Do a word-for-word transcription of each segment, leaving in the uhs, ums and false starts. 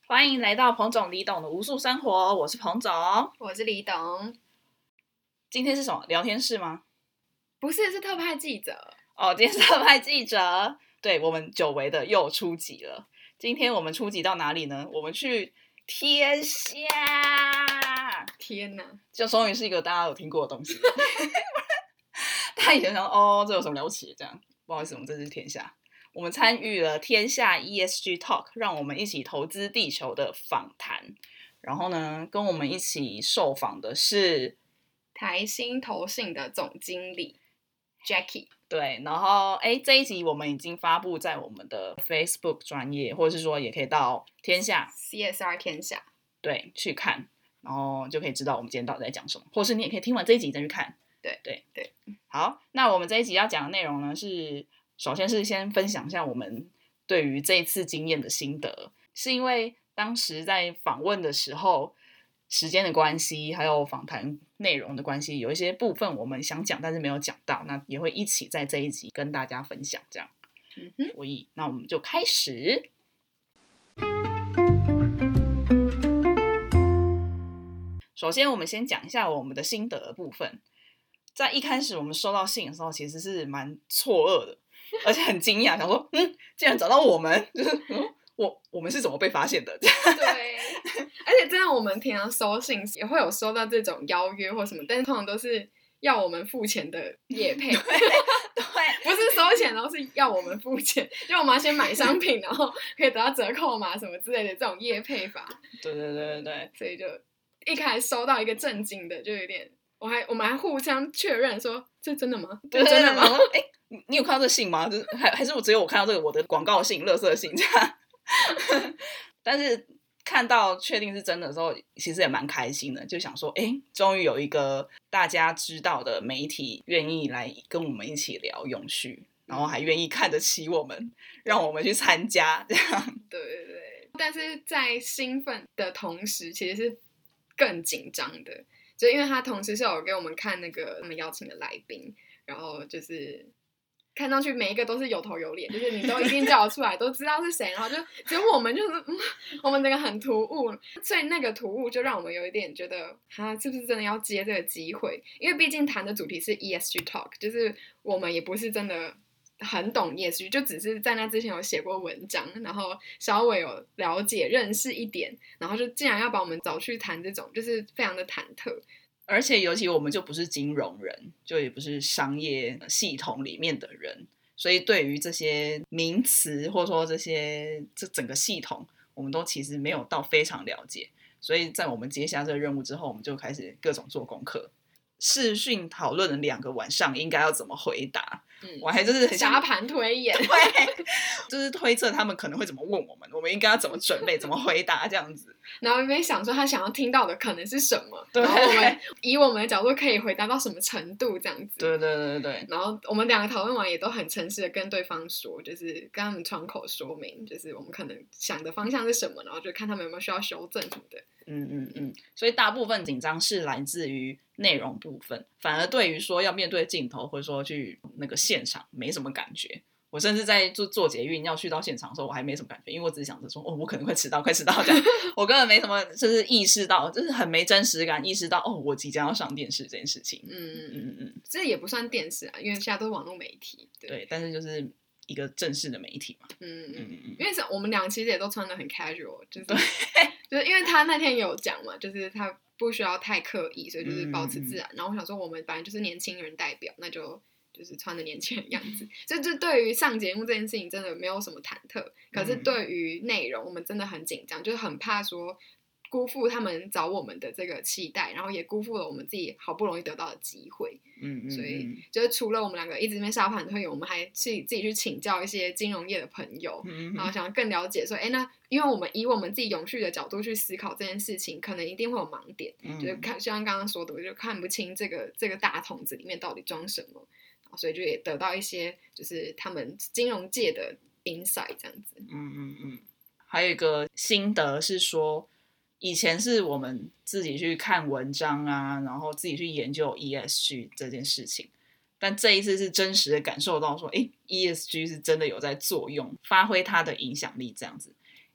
欢迎来到彭总李董的无数生活，我是彭总， 我是李董。 今天是什么聊天室吗？ 不是，是特派记者。 哦，今天是特派记者。对，我们久违的又出击了。今天我们出击到哪里呢？我们去天下。 天哪， 就终于是一个大家有听过的东西。大家以前想说哦，这有什么了不起的？这样不好意思，我们这是天下。我们参与了天下 E S G Talk， 让我们一起投资地球的访谈。然后呢，跟我们一起受访的是台新投信的总经理 Jackie。 对，然后哎，这一集我们已经发布在我们的 Facebook 专页，或者是说也可以到天下 C S R 天下对去看，然后就可以知道我们今天到底在讲什么，或是你也可以听完这一集再去看。 对对对， 好，那我们这一集要讲的内容呢是。首先是先分享一下我们对于这一次经验的心得，是因为当时在访问的时候，时间的关系，还有访谈内容的关系，有一些部分我们想讲但是没有讲到，那也会一起在这一集跟大家分享这样。 嗯哼， 所以那我们就开始。首先我们先讲一下我们的心得的部分。在一开始我们收到信的时候，其实是蛮错愕的。而且很惊讶，想说，嗯，竟然找到我们，就是、嗯、我我们是怎么被发现的？对， 而且真的，我们平常收信也会有收到这种邀约或什么，但是通常都是要我们付钱的业配，对， 对不是收钱，然后是要我们付钱，就我们要先买商品，然后可以得到折扣码什么之类的这种业配法。 对对对对对， 所以就一开始收到一个震惊的，就有点，我还我们还互相确认说，这真的吗？这真的吗？ 哎。你有看到这信吗？就是还还是我只有我看到这个我的广告信、垃圾信这样。但是看到确定是真的的时候，其实也蛮开心的，就想说，哎，终于有一个大家知道的媒体愿意来跟我们一起聊永续，然后还愿意看得起我们，让我们去参加这样。 对对对，但是在兴奋的同时，其实是更紧张的，就因为他同时是有给我们看那个他们邀请的来宾，然后就是。看上去每一个都是有头有脸，就是你都一定叫得出来，都知道是谁，然后就只有我们就是，嗯，我们这个很突兀，所以那个突兀就让我们有一点觉得，哈，是不是真的要接这个机会？因为毕竟谈的主题是 E S G Talk， 就是我们也不是真的很懂 E S G， 就只是在那之前有写过文章，然后稍微有了解认识一点，然后就竟然要把我们找去谈这种，就是非常的忐忑。 而且尤其我们就不是金融人，就也不是商业系统里面的人，所以对于这些名词或者说这些这整个系统，我们都其实没有到非常了解。所以在我们接下这个任务之后，我们就开始各种做功课，视讯讨论了两个晚上，应该要怎么回答。嗯，我还就是很沙盘推演， 对，就是推测他们可能会怎么问我们，我们应该要怎么准备，怎么回答这样子。 然后没想说他想要听到的可能是什么，然后我们以我们的角度可以回答到什么程度这样子。 对对对对。 然后我们两个讨论完也都很诚实的跟对方说，就是跟他们窗口说明，就是我们可能想的方向是什么，然后就看他们有没有需要修正什么的。 嗯嗯嗯，所以大部分紧张是来自于内容部分，反而对于说要面对镜头或者说去那个现场没什么感觉。我甚至在做做捷运要去到现场的时候，我还没什么感觉，因为我只是想着说，哦，我可能会迟到，快迟到这样。我根本没什么，就是意识到，就是很没真实感，意识到哦，我即将要上电视这件事情。 嗯嗯嗯嗯，这也不算电视啊，因为现在都是网络媒体。对， 对，但是就是一个正式的媒体嘛。嗯嗯嗯嗯，因为是我们俩其实也都穿得很 casual， 就是就是因为他那天有讲嘛，就是他不需要太刻意，所以就是保持自然。嗯、然后我想说，我们本来就是年轻人代表，那就。就是穿的年轻人的样子，所以就对于上节目这件事情真的没有什么忐忑，可是对于内容我们真的很紧张，就是很怕说辜负他们找我们的这个期待，然后也辜负了我们自己好不容易得到的机会。嗯嗯，所以就是除了我们两个一直在那边沙盘推演，我们还去自己去请教一些金融业的朋友，嗯、然后想要更了解说，哎，那因为我们以我们自己永续的角度去思考这件事情，可能一定会有盲点，嗯、就是看像刚刚说的，我就看不清这个这个大桶子里面到底装什么。所以就也得到一些就是他们金融界的 insight 这样子。嗯嗯嗯。还有一个心得是说，以前是我们自己去看文章啊，然后自己去研究 E S G 这件事情，但这一次是真实的感受到说，哎 ，E S G 是真的有在作用，发挥它的影响力这样子。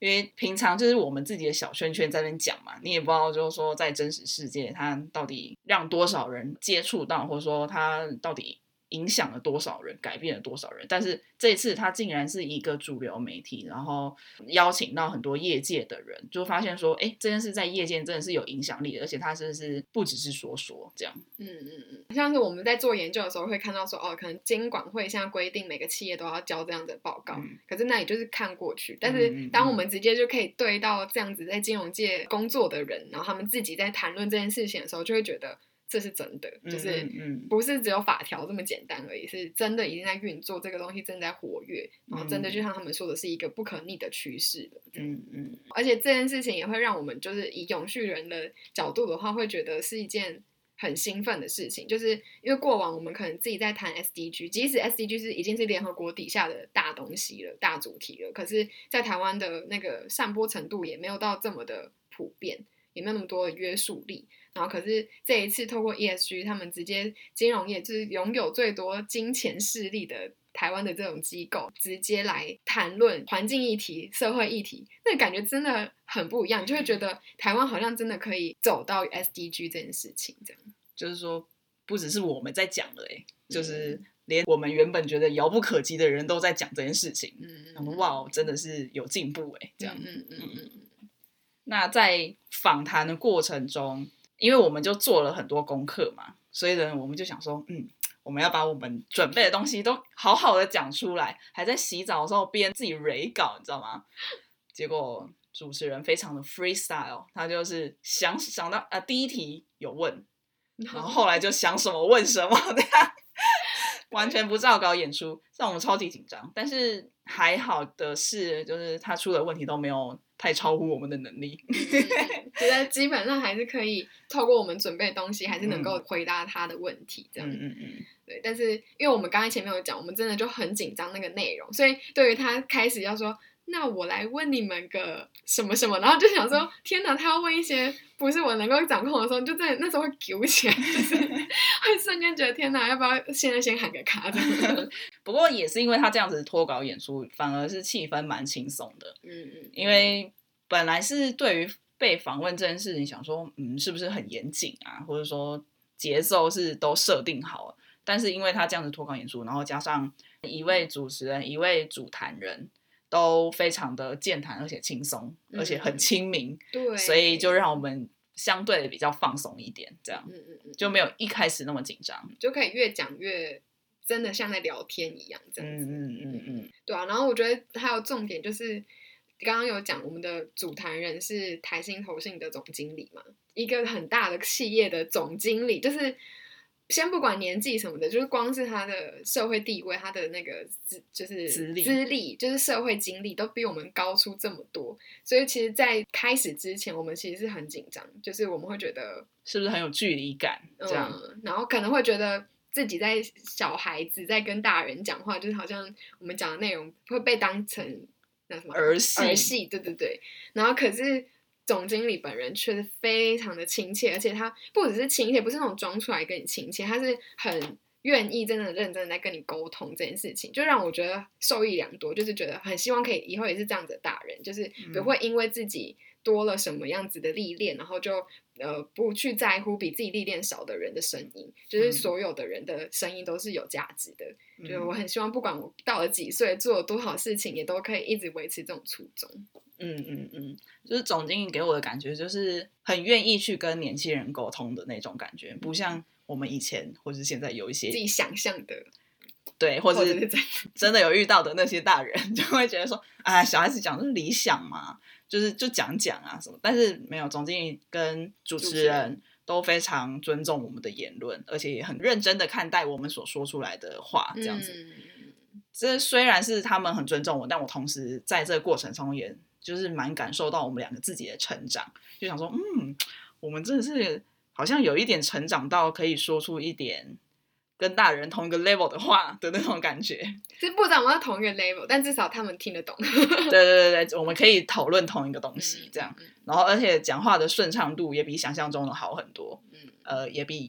因为平常就是我们自己的小圈圈在那边讲嘛，你也不知道就是说在真实世界它到底让多少人接触到，或者说它到底影响了多少人，改变了多少人。但是这一次它竟然是一个主流媒体，然后邀请到很多业界的人，就发现说哎，这件事在业界真的是有影响力的，而且它真的是不只是说说这样。 嗯嗯嗯，像是我们在做研究的时候会看到说哦，可能监管会现在规定每个企业都要交这样的报告、嗯、可是那也就是看过去，但是当我们直接就可以对到这样子在金融界工作的人，然后他们自己在谈论这件事情的时候，就会觉得这是真的，就是不是只有法条这么简单而已，是真的已经在运作，这个东西正在活跃，然后真的就像他们说的是一个不可逆的趋势的。嗯嗯，而且这件事情也会让我们就是以永续人的角度的话，会觉得是一件很兴奋的事情，就是因为过往我们可能自己在谈 S D G， 即使 S D G 是已经是联合国底下的大东西了，大主题了，可是在台湾的那个散播程度也没有到这么的普遍，也没有那么多的约束力。然后可是这一次透过 E S G， 他们直接金融业就是拥有最多金钱势力的台湾的这种机构，直接来谈论环境议题、社会议题，那感觉真的很不一样，你就会觉得台湾好像真的可以走到 S D G 这件事情，这样就是说不只是我们在讲了、欸、就是连我们原本觉得遥不可及的人都在讲这件事情，嗯嗯嗯，哇，真的是有进步哎、欸，这样，嗯嗯嗯嗯。那在访谈的过程中，因为我们就做了很多功课嘛，所以呢，我们就想说，嗯，我们要把我们准备的东西都好好的讲出来，还在洗澡的时候边自己 re 稿，你知道吗？结果主持人非常的 freestyle， 他就是想想到呃第一题有问，然后后来就想什么问什么，这样完全不照稿演出，让我们超级紧张。但是还好的是，就是他出的问题都没有太超乎我们的能力， 觉得基本上还是可以透过我们准备的东西，还是能够回答他的问题，这样。嗯嗯嗯。对，但是因为我们刚才前面有讲，我们真的就很紧张那个内容，所以对于他开始要说，那我来问你们个什么什么，然后就想说，天哪，他要问一些不是我能够掌控的时候，就真的那时候会揪起来，就是会瞬间觉得天哪，要不要现在先喊个卡这样。 不过也是因为他这样子脱稿演出，反而是气氛蛮轻松的。嗯嗯，因为本来是对于被访问这件事情想说，嗯，是不是很严谨啊，或者说节奏是都设定好了，但是因为他这样子脱稿演出，然后加上一位主持人一位主谈人都非常的健谈而且轻松、嗯、而且很亲民，对，所以就让我们相对比较放松一点，这样、嗯嗯嗯、就没有一开始那么紧张， 就可以越讲越真的像在聊天一样这样子。嗯嗯嗯嗯，对啊。然后我觉得还有重点就是刚刚有讲我们的主谈人是台新投信的总经理嘛，一个很大的企业的总经理，就是先不管年纪什么的，就是光是他的社会地位，他的那个就是资历，资历就是社会经历都比我们高出这么多，所以其实在开始之前我们其实是很紧张，就是我们会觉得是不是很有距离感这样、 嗯、然后可能会觉得自己在小孩子在跟大人讲话，就是好像我们讲的内容会被当成那什么儿戏儿戏，对对对。然后可是总经理本人却是非常的亲切，而且他不只是亲切，不是那种装出来跟你亲切，他是很愿意真的认真的在跟你沟通这件事情，就让我觉得受益良多，就是觉得很希望可以以后也是这样子的大人，就是不会因为自己多了什么样子的历练，然后就呃不去在乎比自己历练少的人的声音，就是所有的人的声音都是有价值的、嗯、就是我很希望不管我到了几岁做了多少事情，也都可以一直维持这种初衷。 嗯嗯嗯，就是总经理给我的感觉就是很愿意去跟年轻人沟通的那种感觉，不像我们以前或是现在有一些自己想象的， 对，或者是真的有遇到的那些大人，就会觉得说，哎，小孩子讲的是理想嘛，就是就讲讲啊什么，但是没有，总经理跟主持人都非常尊重我们的言论，而且也很认真的看待我们所说出来的话，这样子。嗯、这虽然是他们很尊重我，但我同时在这个过程中也就是蛮感受到我们两个自己的成长，就想说，嗯，我们真的是好像有一点成长到可以说出一点跟大人同一个 level 的话的那种感觉。 其实不知道我们是同一个 level， 但至少他们听得懂。 对对对对，我们可以讨论同一个东西，这样。然后而且讲话的顺畅度也比想象中的好很多，呃，也比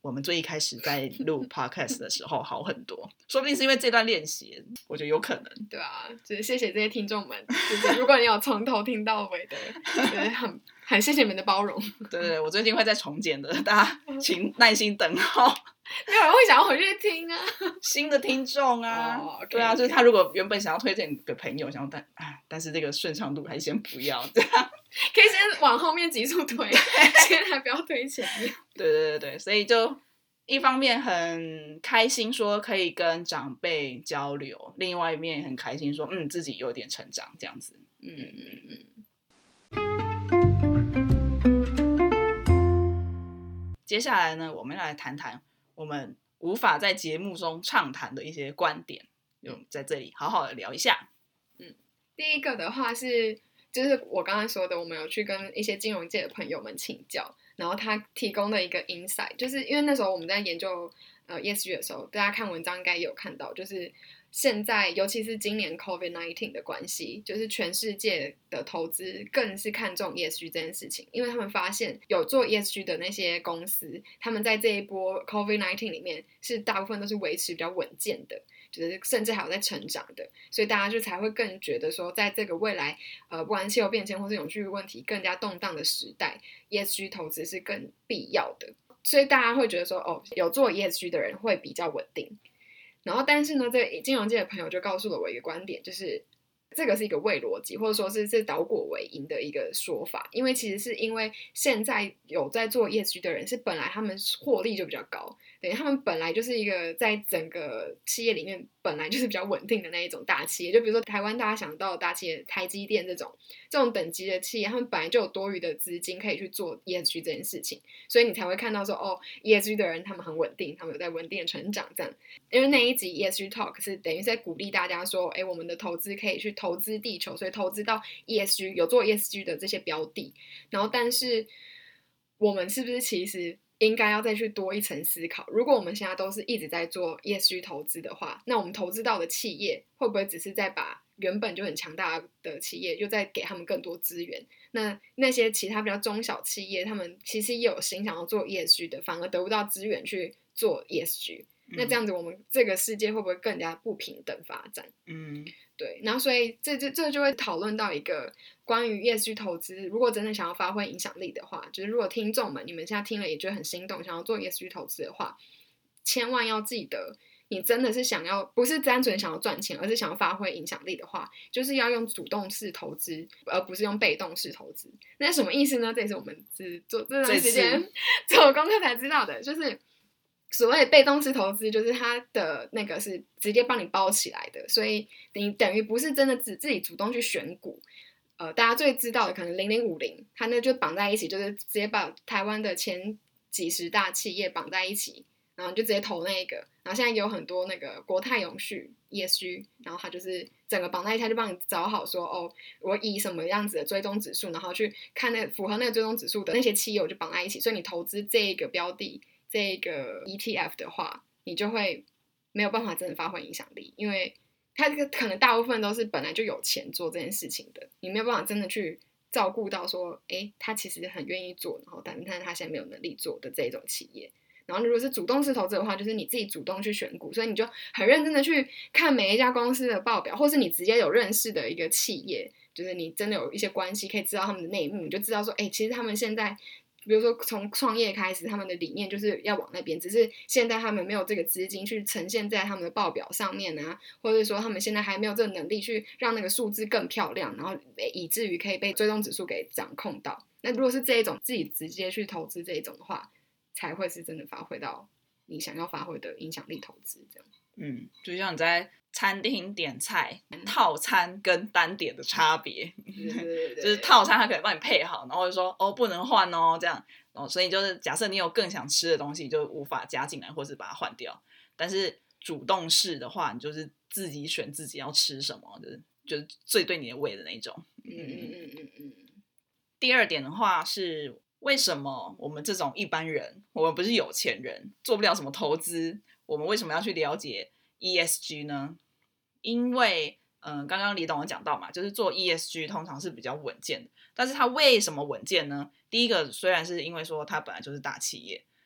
我们最一开始在录 podcast 的时候好很多，说不定是因为这段练习，我觉得有可能。 对啊，就是谢谢这些听众们，就是如果你有从头听到尾的，就是很很谢谢你们的包容。 对对对，我最近会再重剪的，大家请耐心等候。 没有人会想要回去听啊， 新的听众啊， oh, okay, 对啊，就是他如果原本想要推荐给朋友，想要但哎，但是这个顺畅度还先不要，这样可以先往后面急速推，先还不要推前面。 对对对对，所以就一方面很开心说可以跟长辈交流，另外一面很开心说嗯自己有点成长这样子。 嗯嗯嗯。 接下来呢，我们要来谈谈我们无法在节目中畅谈的一些观点，就在这里好好的聊一下。 嗯，第一个的话是，就是我刚才说的，我们有去跟一些金融界的朋友们请教，然后他提供的一个 insight， 就是因为那时候我们在研究呃 E S G 的时候，大家看文章应该也有看到，就是现在尤其是今年 COVID 十九 的关系，就是全世界的投资更是看重 E S G 这件事情，因为他们发现有做 E S G 的那些公司，他们在这一波 COVID 十九 里面是大部分都是维持比较稳健的，就是甚至还有在成长的，所以大家就才会更觉得说，在这个未来呃不管气候变迁或是永续问题更加动荡的时代， E S G 投资是更必要的，所以大家会觉得说，哦，有做 E S G 的人会比较稳定。然后但是呢，这个金融界的朋友就告诉了我一个观点，就是这个是一个伪逻辑，或者说是是倒果为因的一个说法，因为其实是因为现在有在做 E S G 的人是本来他们获利就比较高，等于他们本来就是一个在整个企业里面本来就是比较稳定的那一种大企业，就比如说台湾大家想到的大企业台积电这种这种等级的企业，他们本来就有多余的资金可以去做 E S G 这件事情，所以你才会看到说哦 E S G 的人他们很稳定，他们有在稳定的成长这样。因为那一集 E S G Talk 是等于在鼓励大家说，哎，我们的投资可以去投资地球，所以投资到 E S G 有做 E S G 的这些标的，然后但是我们是不是其实应该要再去多一层思考，如果我们现在都是一直在做 E S G 投资的话，那我们投资到的企业会不会只是在把原本就很强大的企业又再给他们更多资源，那那些其他比较中小企业他们其实也有心想要做 E S G 的，反而得不到资源去做 E S G，那这样子我们这个世界会不会更加不平等发展？嗯，对，然后所以这这这就会讨论到一个关于 E S G 投资，如果真的想要发挥影响力的话，就是如果听众们你们现在听了也觉得很心动，想要做 E S G 投资的话，千万要记得，你真的是想要不是单纯想要赚钱，而是想要发挥影响力的话，就是要用主动式投资，而不是用被动式投资。那什么意思呢？这也是我们只做这段时间做功课才知道的，就是所谓被动式投资，就是它的那个是直接帮你包起来的，所以你等于不是真的只自己主动去选股。呃，大家最知道的可能零零五零，它那就绑在一起，就是直接把台湾的前几十大企业绑在一起，然后你就直接投那个。然后现在有很多那个国泰永续 E S G， 然后它就是整个绑在一起，它就帮你找好说，哦，我以什么样子的追踪指数，然后去看那符合那个追踪指数的那些企业，我就绑在一起。所以你投资这一个标的，这个 E T F 的话，你就会没有办法真的发挥影响力，因为它这个可能大部分都是本来就有钱做这件事情的，你没有办法真的去照顾到说，哎，他其实很愿意做，然后但是他现在没有能力做的这种企业。然后如果是主动式投资的话，就是你自己主动去选股，所以你就很认真的去看每一家公司的报表，或是你直接有认识的一个企业，就是你真的有一些关系可以知道他们的内幕，你就知道说，哎，其实他们现在比如说从创业开始，他们的理念就是要往那边，只是现在他们没有这个资金去呈现在他们的报表上面啊，或者说他们现在还没有这个能力去让那个数字更漂亮，然后以至于可以被追踪指数给掌控到。那如果是这一种自己直接去投资这一种的话，才会是真的发挥到你想要发挥的影响力投资这样。 嗯，就像你在餐厅点菜，套餐跟单点的差别， 对对对， 就是套餐它可能帮你配好，然后就说哦不能换哦这样，哦所以就是假设你有更想吃的东西，就无法加进来或是把它换掉。但是主动式的话，你就是自己选自己要吃什么，就是就是最对你的胃的那种。 嗯嗯嗯嗯嗯。 第二点的话是，为什么我们这种一般人，我们不是有钱人，做不了什么投资，我们为什么要去了解 E S G 呢？因为嗯，刚刚李董有讲到嘛，就是做 E S G 通常是比较稳健的，但是它为什么稳健呢？第一个虽然是因为说它本来就是大企业，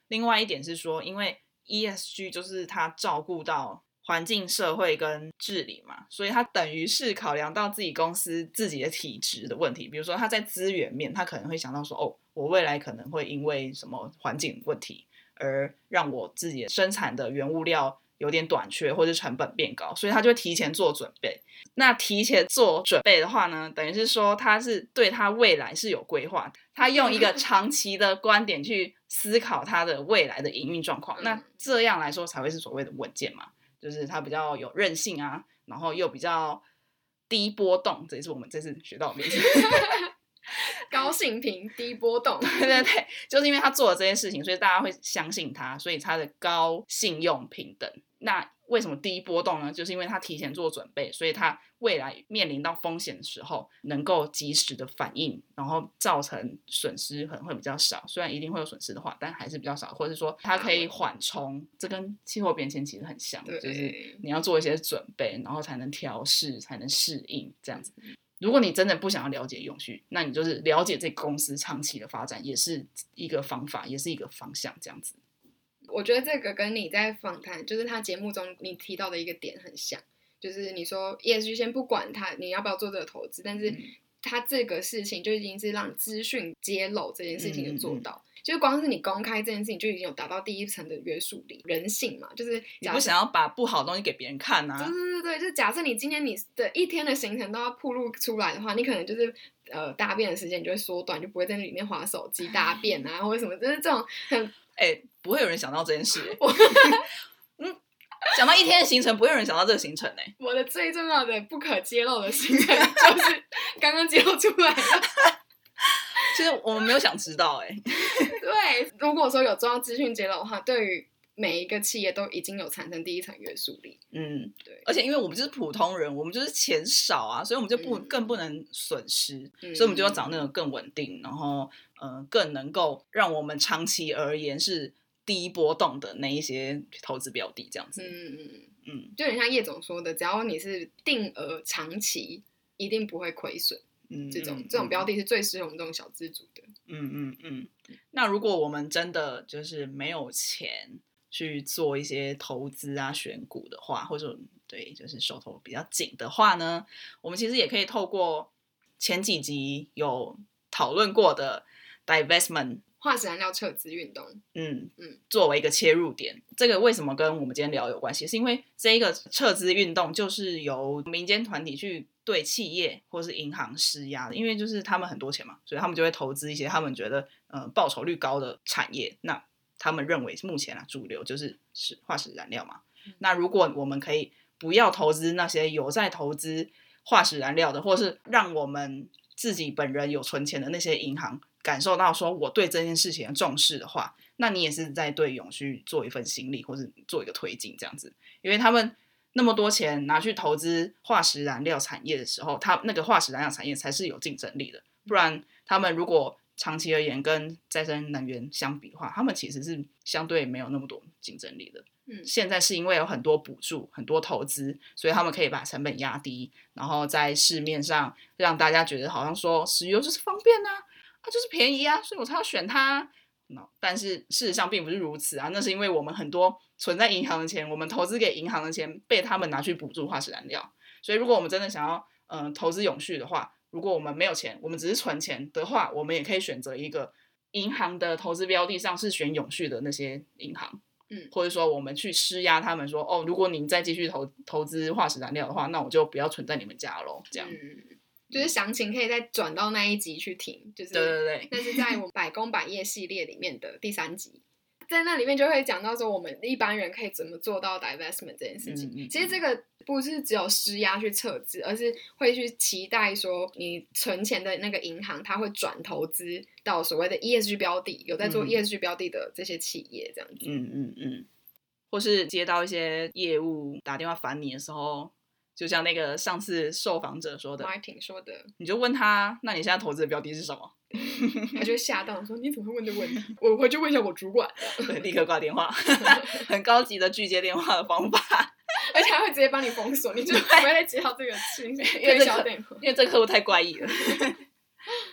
另外一点是说，因为 E S G 就是它照顾到环境、社会跟治理嘛，所以它等于是考量到自己公司自己的体质的问题。比如说，它在资源面，它可能会想到说，哦，我未来可能会因为什么环境问题而让我自己生产的原物料有点短缺，或者成本变高，所以他就会提前做准备。那提前做准备的话呢，等于是说他是对他未来是有规划，他用一个长期的观点去思考他的未来的营运状况，那这样来说才会是所谓的稳健嘛，就是他比较有韧性啊，然后又比较低波动，这也是我们这次学到的名词高性平低波动对对对，就是因为他做了这件事情，所以大家会相信他，所以他的高信用平等。那为什么低波动呢？就是因为他提前做准备，所以他未来面临到风险的时候能够及时的反应，然后造成损失可能会比较少，虽然一定会有损失的话，但还是比较少，或者是说它可以缓冲，这跟气候变迁其实很像，就是你要做一些准备，然后才能调试，才能适应这样子。如果你真的不想要了解永续，那你就是了解这个公司长期的发展也是一个方法，也是一个方向这样子。 我觉得这个跟你在访谈，就是他节目中你提到的一个点很像，就是你说 E S G 先不管他你要不要做这个投资，但是他这个事情就已经是让资讯揭露这件事情就做到。嗯嗯嗯，就是光是你公开这件事情就已经有达到第一层的约束力，人性嘛，就是你不想要把不好的东西给别人看啊。 对对对，就假设你今天你的一天的行程都要暴露出来的话，你可能就是呃大便的时间你就会缩短，就不会在里面滑手机大便啊或者什么，就是这种很哎、欸，不会有人想到这件事、欸。嗯，讲到一天的行程，不会有人想到这个行程哎、欸。 我的最重要的不可揭露的行程就是刚刚揭露出来的。 其实我们没有想知道哎、欸。 对，如果说有做到资讯揭露的话，对于每一个企业都已经有产生第一层约束力。 嗯，对。而且因为我们就是普通人，我们就是钱少啊，所以我们就不、嗯、更不能损失、嗯，所以我们就要找那种更稳定，然后呃更能够让我们长期而言是低波动的那一些投资标的这样子。 嗯嗯嗯，就很像叶总说的，只要你是定额长期，一定不会亏损。嗯，这种、嗯、这种标的是最适合我们这种小资族的。 嗯嗯嗯。那如果我们真的就是没有钱去做一些投资啊、选股的话，或者对，就是手头比较紧的话呢，我们其实也可以透过前几集有讨论过的 divestment 化石燃料撤资运动， 嗯嗯，作为一个切入点。这个为什么跟我们今天聊有关系？是因为这一个撤资运动就是由民间团体去对企业或是银行施压的，因为就是他们很多钱嘛，所以他们就会投资一些他们觉得呃报酬率高的产业。那他们认为目前啊主流就是是化石燃料嘛。那如果我们可以不要投资那些有在投资化石燃料的，或是让我们自己本人有存钱的那些银行感受到说我对这件事情的重视的话，那你也是在对永续做一份心力，或是做一个推进这样子。因为他们那么多钱拿去投资化石燃料产业的时候，他那个化石燃料产业才是有竞争力的，不然他们如果长期而言跟再生能源相比的话，他们其实是相对没有那么多竞争力的。嗯，现在是因为有很多补助、很多投资，所以他们可以把成本压低，然后在市面上让大家觉得好像说石油就是方便啊，啊就是便宜啊，所以我才要选它。No, 但是事实上并不是如此啊，那是因为我们很多存在银行的钱，我们投资给银行的钱被他们拿去补助化石燃料。所以如果我们真的想要、呃、投资永续的话，如果我们没有钱，我们只是存钱的话，我们也可以选择一个银行的投资标的上是选永续的那些银行。嗯，或者说我们去施压他们说，哦，如果您再继续投投资化石燃料的话，那我就不要存在你们家咯，这样。 嗯，就是详情可以再转到那一集去听，就是对对对， 那是在我们百工百业系列里面的第三集，在那里面就会讲到说我们一般人可以怎么做到 divestment 这件事情。嗯嗯，其实这个不是只有施压去撤资，而是会去期待说你存钱的那个银行它会转投资到所谓的 E S G 标的，有在做 E S G 标的的这些企业这样子。 嗯嗯嗯，或是接到一些业务打电话烦你的时候，就像那个上次受访者说的 Martin 说的， 你就问他，那你现在投资的标的是什么？ 他就会吓到说你怎么会问这个问题？我回去问一下我主管。 对，立刻挂电话。很高级的拒接电话的方法。 而且他会直接帮你封锁，你就不会再接到这个讯息，因为这个因为这个客户太怪异了。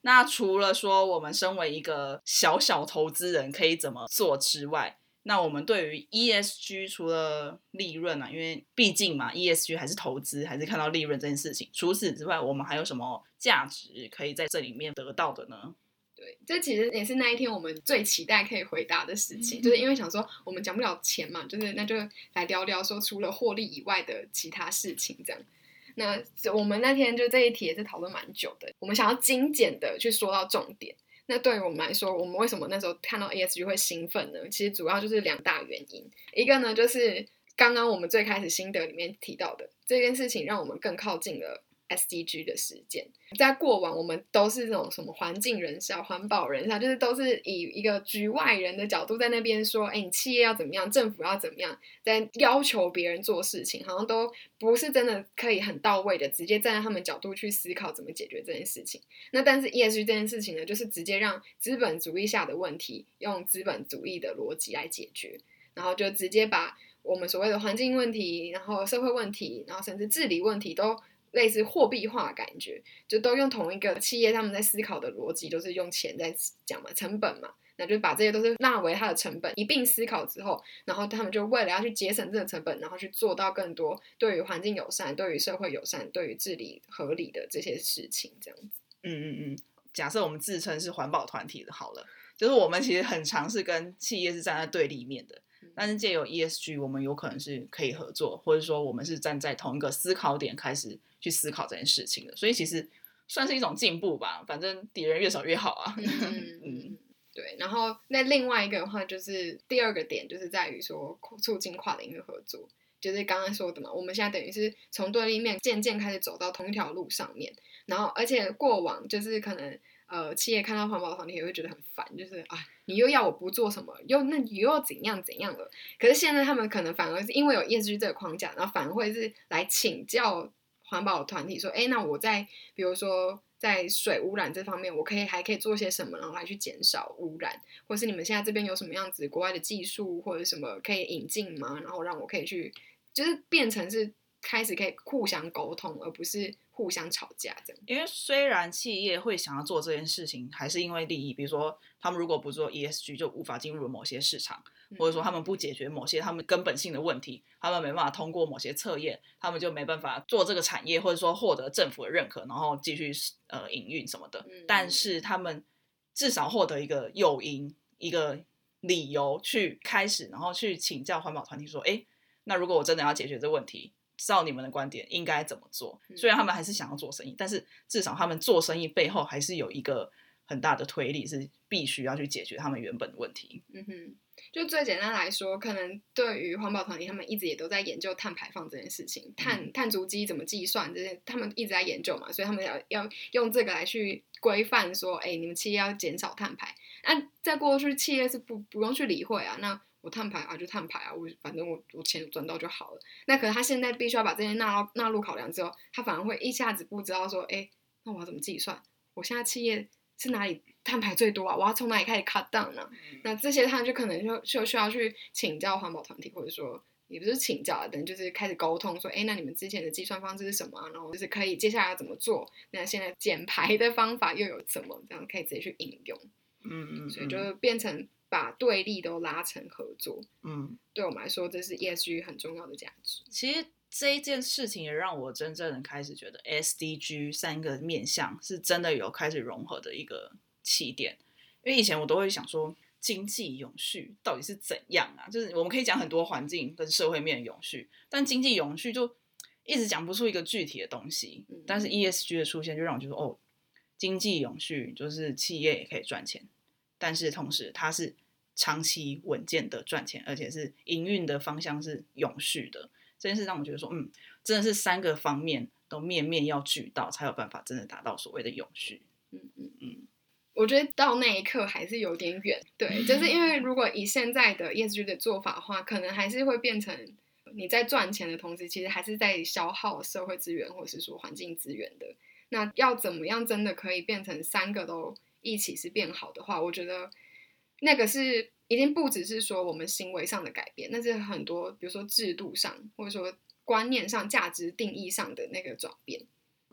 那除了说我们身为一个小小投资人可以怎么做之外，那我们对于 E S G 除了利润啊，因为毕竟嘛 E S G 还是投资，还是看到利润这件事情，除此之外我们还有什么价值可以在这里面得到的呢？ 对，这其实也是那一天我们最期待可以回答的事情，就是因为想说我们讲不了钱嘛，就是那就来聊聊说除了获利以外的其他事情这样。那我们那天就这一题也是讨论蛮久的，我们想要精简的去说到重点。那对于我们来说，我们为什么那时候看到 E S G 会兴奋呢？其实主要就是两大原因，一个呢就是刚刚我们最开始心得里面提到的这件事情，让我们更靠近了S D G 的实践。在过往我们都是这种什么环境人士、环保人士，就是都是以一个局外人的角度在那边说，哎，你企业要怎么样，政府要怎么样，在要求别人做事情，好像都不是真的可以很到位的直接站在他们角度去思考怎么解决这件事情。那但是 E S G 这件事情呢，就是直接让资本主义下的问题用资本主义的逻辑来解决，然后就直接把我们所谓的环境问题，然后社会问题，然后甚至治理问题都类似货币化的感觉，就都用同一个企业他们在思考的逻辑，就是用钱在讲嘛，成本嘛，那就把这些都是纳为它的成本，一并思考之后，然后他们就为了要去节省这个成本，然后去做到更多对于环境友善、对于社会友善、对于治理合理的这些事情，这样子。 嗯嗯嗯，假设我们自称是环保团体的好了，就是我们其实很常是跟企业是站在对立面的。但是借由 E S G 我们有可能是可以合作，或者说我们是站在同一个思考点开始去思考这件事情的，所以其实算是一种进步吧，反正敌人越少越好啊。 嗯嗯，对。然后那另外一个的话，就是第二个点就是在于说促进跨领域合作，就是刚刚说的嘛，我们现在等于是从对立面渐渐开始走到同一条路上面，然后而且过往就是可能呃企业看到环保团体也会觉得很烦，就是啊你又要我不做什么，又那你又要怎样怎样了。可是现在他们可能反而是因为有 E S G 这个框架，然后反而会是来请教环保团体说，哎，那我在比如说在水污染这方面，我可以还可以做些什么，然后来去减少污染，或是你们现在这边有什么样子国外的技术或者什么可以引进吗？然后让我可以去，就是变成是开始可以互相沟通，而不是互相吵架这样。 因为虽然企业会想要做这件事情，还是因为利益，比如说他们如果不做 E S G 就无法进入某些市场，或者说他们不解决某些他们根本性的问题，他们没办法通过某些测验，他们就没办法做这个产业，或者说获得政府的认可，然后继续呃营运什么的。但是他们至少获得一个诱因，一个理由去开始，然后去请教环保团体说，哎，那如果我真的要解决这个问题，照你们的观点应该怎么做？虽然他们还是想要做生意，但是至少他们做生意背后还是有一个很大的推力，是必须要去解决他们原本的问题。 嗯哼，就最简单来说，可能对于环保团体，他们一直也都在研究碳排放这件事情，碳碳足迹怎么计算这些，他们一直在研究嘛，所以他们要要用这个来去规范说，哎，你们企业要减少碳排。那在过去，企业是不不用去理会啊，那我碳排啊就碳排啊，我反正我我钱赚到就好了。那可是他现在必须要把这些纳入纳入考量之后，他反而会一下子不知道说，哎，那我要怎么计算？我现在企业是哪里碳排最多啊？我要从哪里开始 cut down 呢、啊？那这些他就可能就就需要去请教环保团体，或者说也不是请教啊，等就是开始沟通说，哎，那你们之前的计算方式是什么、啊？然后就是可以接下来要怎么做？那现在减排的方法又有什么？这样可以直接去应用。 嗯嗯， 所以就变成把对立都拉成合作。 嗯， 对我们来说，这是 E S G 很重要的价值。 其实这一件事情也让我真正的开始觉得 S D G 三个面向是真的有开始融合的一个起点。因为以前我都会想说，经济永续到底是怎样啊？就是我们可以讲很多环境跟社会面的永续，但经济永续就一直讲不出一个具体的东西。但是 E S G 的出现就让我觉得，哦，经济永续就是企业也可以赚钱。但是同时它是长期稳健的赚钱，而且是营运的方向是永续的，这件事让我觉得说，嗯，真的是三个方面都面面要俱到，才有办法真的达到所谓的永续。 嗯嗯嗯，我觉得到那一刻还是有点远，对，就是因为如果以现在的 E S G 的做法的话，可能还是会变成你在赚钱的同时，其实还是在消耗社会资源或是说环境资源的。那要怎么样真的可以变成三个都一起是变好的话，我觉得那个是已经不只是说我们行为上的改变，那是很多比如说制度上或者说观念上价值定义上的那个转变。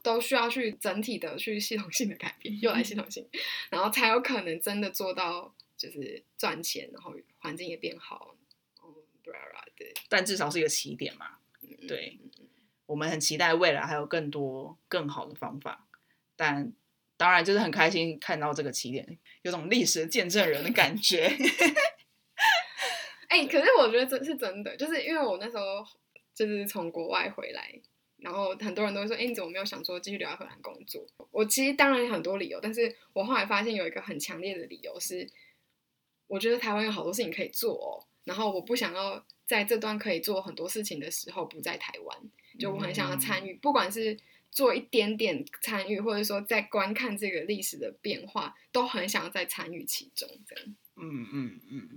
都需要去整体的去系统性的改变，又来系统性，然后才有可能真的做到就是赚钱，然后环境也变好，嗯，对对， 但至少是一个起点嘛，嗯、对，我们很期待未来还有更多更好的方法，但当然就是很开心看到这个起点，有种历史的见证人的感觉。 哎、欸，可是我觉得这是真的，就是因为我那时候就是从国外回来，然后很多人都会说，哎、欸，你怎么没有想说继续留在荷兰工作？我其实当然有很多理由，但是我后来发现有一个很强烈的理由是，我觉得台湾有好多事情可以做哦，然后我不想要在这段可以做很多事情的时候不在台湾，就我很想要参与，嗯、不管是做一点点参与，或者说在观看这个历史的变化，都很想要再参与其中，这样。 嗯嗯嗯。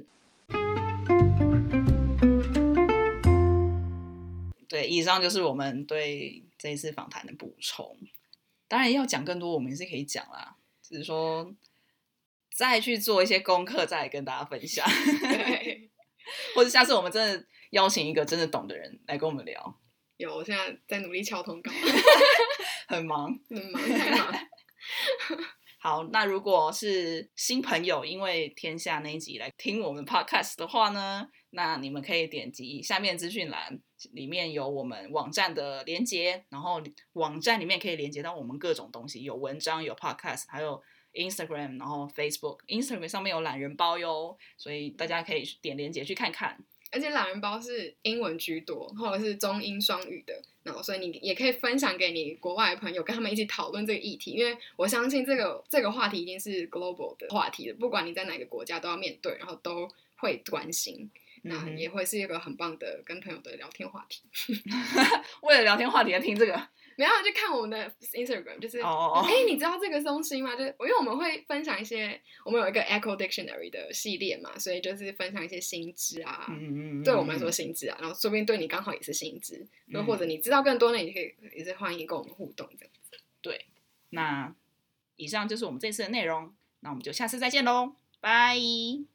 对，以上就是我们对这一次访谈的补充。当然要讲更多，我们也是可以讲啦，只是说再去做一些功课，再来跟大家分享。 对， 或者下次我们真的邀请一个真的懂的人来跟我们聊。 有，我现在在努力敲通告。 很忙， 很忙，太忙。 好，那如果是新朋友因为天下那一集来听我们 podcast 的话呢，那你们可以点击下面资讯栏，里面有我们网站的连结，然后网站里面可以连接到我们各种东西，有文章，有 podcast， 还有 Instagram， 然后 Facebook， Instagram 上面有懒人包哟，所以大家可以点连结去看看。 而且懒人包是英文居多，或者是中英双语的，然后所以你也可以分享给你国外的朋友，跟他们一起讨论这个议题。因为我相信这个这个话题一定是 global 的话题的，不管你在哪个国家都要面对，然后都会关心。那也会是一个很棒的跟朋友的聊天话题。 为了聊天话题来听这个， 没有就看我们的 Instagram， 就是哎、 oh. 欸，你知道这个东西吗？就是因为我们会分享一些，我们有一个 Echo Dictionary 的系列嘛，所以就是分享一些新知啊，嗯、对我们来说新知啊，然后说不定对你刚好也是新知，嗯、或者你知道更多，那你可以也是欢迎跟我们互动这样子。 对，那以上就是我们这次的内容，那我们就下次再见喽，拜。